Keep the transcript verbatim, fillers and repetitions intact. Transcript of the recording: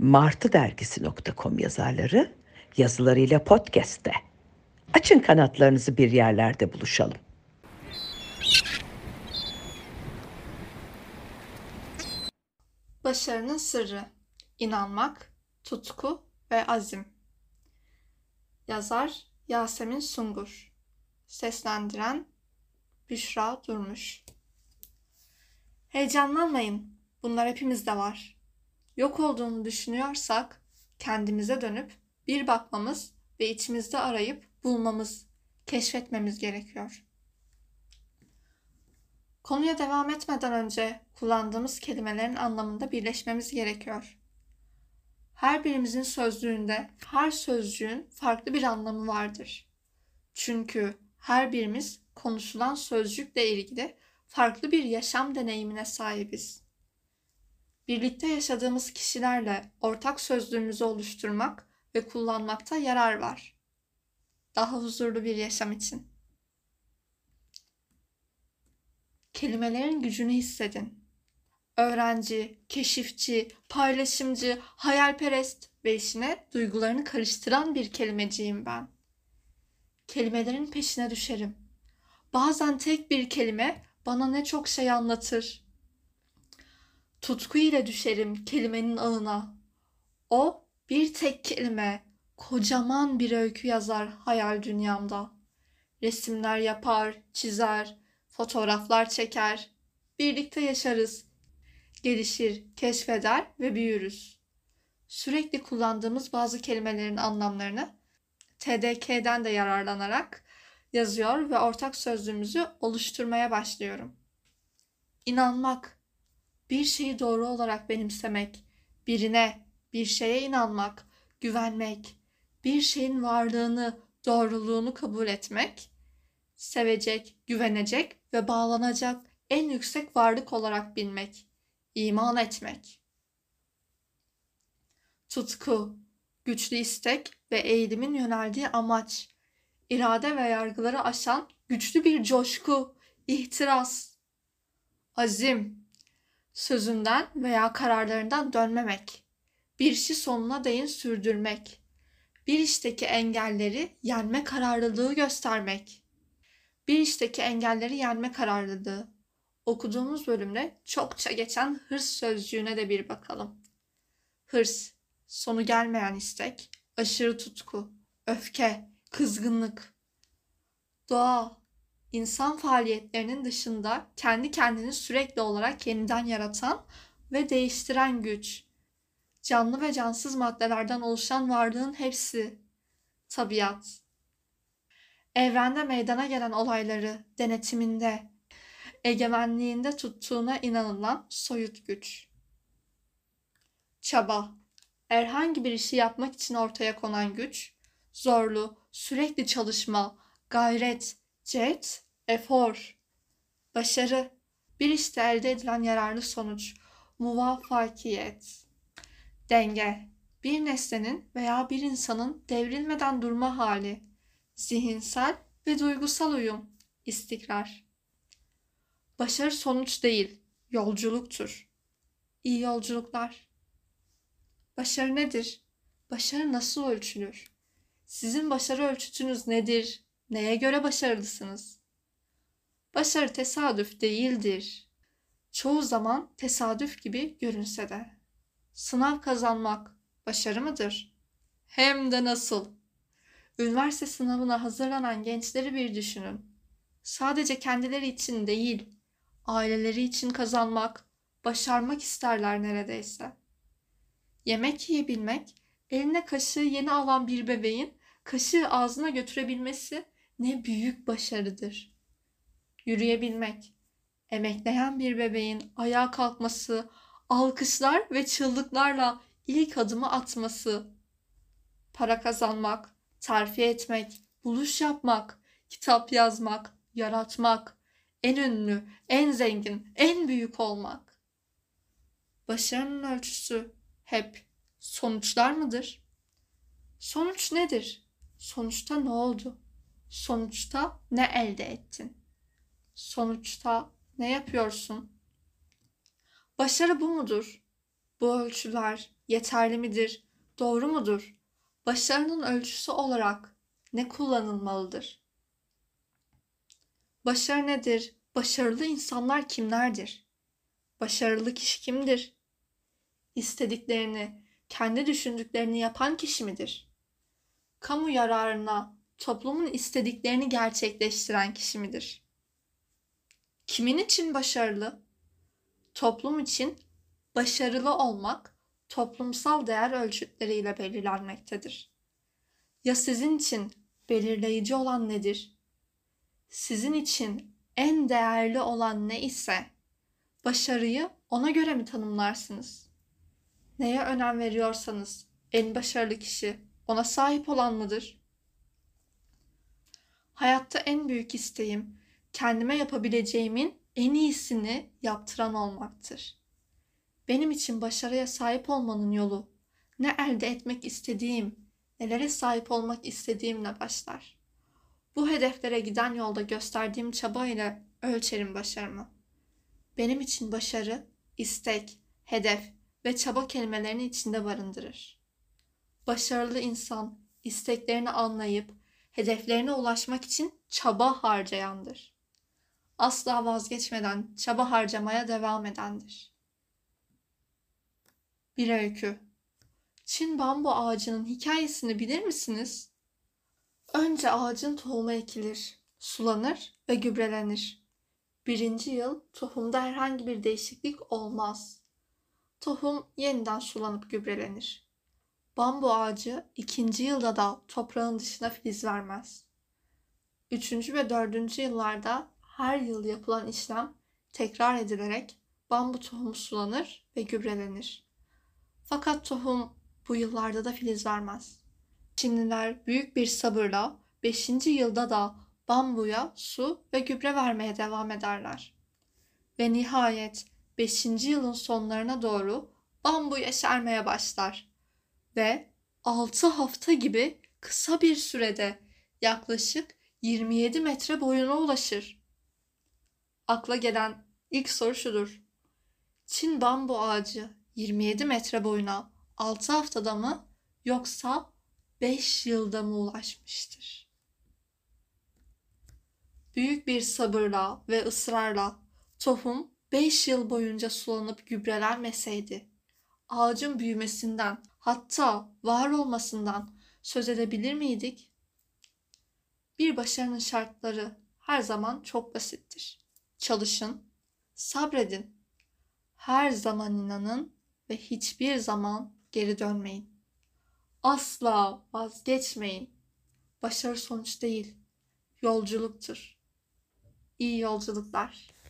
martı dergisi nokta com yazarları, yazılarıyla podcast'te. Açın kanatlarınızı, bir yerlerde buluşalım. Başarının sırrı: inanmak, tutku ve azim. Yazar Yasemin Sungur. Seslendiren Büşra Durmuş. Heyecanlanmayın. Bunlar hepimizde var. Yok olduğunu düşünüyorsak kendimize dönüp bir bakmamız ve içimizde arayıp bulmamız, keşfetmemiz gerekiyor. Konuya devam etmeden önce kullandığımız kelimelerin anlamında birleşmemiz gerekiyor. Her birimizin sözlüğünde her sözcüğün farklı bir anlamı vardır. Çünkü her birimiz konuşulan sözcükle ilgili farklı bir yaşam deneyimine sahibiz. Birlikte yaşadığımız kişilerle ortak sözlüğümüzü oluşturmak ve kullanmakta yarar var. Daha huzurlu bir yaşam için. Kelimelerin gücünü hissedin. Öğrenci, keşifçi, paylaşımcı, hayalperest ve işine duygularını karıştıran bir kelimeciyim ben. Kelimelerin peşine düşerim. Bazen tek bir kelime bana ne çok şey anlatır. Tutku ile düşerim kelimenin ağına. O bir tek kelime, kocaman bir öykü yazar hayal dünyamda. Resimler yapar, çizer, fotoğraflar çeker. Birlikte yaşarız. Gelişir, keşfeder ve büyürüz. Sürekli kullandığımız bazı kelimelerin anlamlarını T D K'den de yararlanarak yazıyor ve ortak sözlüğümüzü oluşturmaya başlıyorum. İnanmak, bir şeyi doğru olarak benimsemek, birine, bir şeye inanmak, güvenmek, bir şeyin varlığını, doğruluğunu kabul etmek, sevecek, güvenecek ve bağlanacak en yüksek varlık olarak bilmek, iman etmek. Tutku, güçlü istek ve eğilimin yöneldiği amaç, irade ve yargıları aşan güçlü bir coşku, ihtiras. Azim, sözünden veya kararlarından dönmemek, bir işi sonuna değin sürdürmek, bir işteki engelleri yenme kararlılığı göstermek. Bir işteki engelleri yenme kararlılığı. Okuduğumuz bölümde çokça geçen hırs sözcüğüne de bir bakalım. Hırs, sonu gelmeyen istek, aşırı tutku, öfke, kızgınlık. Doğa, insan faaliyetlerinin dışında kendi kendini sürekli olarak yeniden yaratan ve değiştiren güç. Canlı ve cansız maddelerden oluşan varlığın hepsi. Tabiat. Evrende meydana gelen olayları denetiminde, egemenliğinde tuttuğuna inanılan soyut güç. Çaba, herhangi bir işi yapmak için ortaya konan güç, zorlu, sürekli çalışma, gayret, cehd, efor. Başarı, bir işte elde edilen yararlı sonuç, muvaffakiyet. Denge, bir nesnenin veya bir insanın devrilmeden durma hali, zihinsel ve duygusal uyum, istikrar. Başarı sonuç değil, yolculuktur. İyi yolculuklar. Başarı nedir? Başarı nasıl ölçülür? Sizin başarı ölçütünüz nedir? Neye göre başarılısınız? Başarı tesadüf değildir. Çoğu zaman tesadüf gibi görünse de. Sınav kazanmak başarı mıdır? Hem de nasıl? Üniversite sınavına hazırlanan gençleri bir düşünün. Sadece kendileri için değil, aileleri için kazanmak, başarmak isterler neredeyse. Yemek yiyebilmek, eline kaşığı yeni alan bir bebeğin kaşığı ağzına götürebilmesi ne büyük başarıdır. Yürüyebilmek, emekleyen bir bebeğin ayağa kalkması, alkışlar ve çığlıklarla ilk adımı atması. Para kazanmak, terfi etmek, buluş yapmak, kitap yazmak, yaratmak, en ünlü, en zengin, en büyük olmak. Başarının ölçüsü hep sonuçlar mıdır? Sonuç nedir? Sonuçta ne oldu? Sonuçta ne elde ettin? Sonuçta ne yapıyorsun? Başarı bu mudur? Bu ölçüler yeterli midir, doğru mudur? Başarının ölçüsü olarak ne kullanılmalıdır? Başarı nedir? Başarılı insanlar kimlerdir? Başarılı kişi kimdir? İstediklerini, kendi düşündüklerini yapan kişi midir? Kamu yararına, toplumun istediklerini gerçekleştiren kişi midir? Kimin için başarılı? Toplum için başarılı olmak toplumsal değer ölçütleriyle belirlenmektedir. Ya sizin için belirleyici olan nedir? Sizin için en değerli olan ne ise başarıyı ona göre mi tanımlarsınız? Neye önem veriyorsanız en başarılı kişi ona sahip olan mıdır? Hayatta en büyük isteğim kendime yapabileceğimin en iyisini yaptıran olmaktır. Benim için başarıya sahip olmanın yolu ne elde etmek istediğim, nelere sahip olmak istediğimle başlar. Bu hedeflere giden yolda gösterdiğim çaba ile ölçerim başarımı. Benim için başarı, istek, hedef ve çaba kelimelerini içinde barındırır. Başarılı insan isteklerini anlayıp hedeflerine ulaşmak için çaba harcayandır. Asla vazgeçmeden çaba harcamaya devam edendir. Bir öykü. Çin bambu ağacının hikayesini bilir misiniz? Önce ağacın tohumu ekilir, sulanır ve gübrelenir. Birinci yıl tohumda herhangi bir değişiklik olmaz. Tohum yeniden sulanıp gübrelenir. Bambu ağacı ikinci yılda da toprağın dışına filiz vermez. Üçüncü ve dördüncü yıllarda her yıl yapılan işlem tekrar edilerek bambu tohumu sulanır ve gübrelenir. Fakat tohum bu yıllarda da filiz vermez. Çinliler büyük bir sabırla beşinci yılda da bambuya su ve gübre vermeye devam ederler. Ve nihayet beşinci yılın sonlarına doğru bambu yeşermeye başlar. Ve altı hafta gibi kısa bir sürede yaklaşık yirmi yedi metre boyuna ulaşır. Akla gelen ilk soru şudur: Çin bambu ağacı yirmi yedi metre boyuna altı haftada mı yoksa beş yılda mı ulaşmıştır? Büyük bir sabırla ve ısrarla tohum beş yıl boyunca sulanıp gübrelenmeseydi, ağacın büyümesinden, hatta var olmasından söz edebilir miydik? Bir başarının şartları her zaman çok basittir. Çalışın, sabredin, her zaman inanın ve hiçbir zaman geri dönmeyin. Asla vazgeçmeyin. Başarı sonuç değil, yolculuktur. İyi yolculuklar.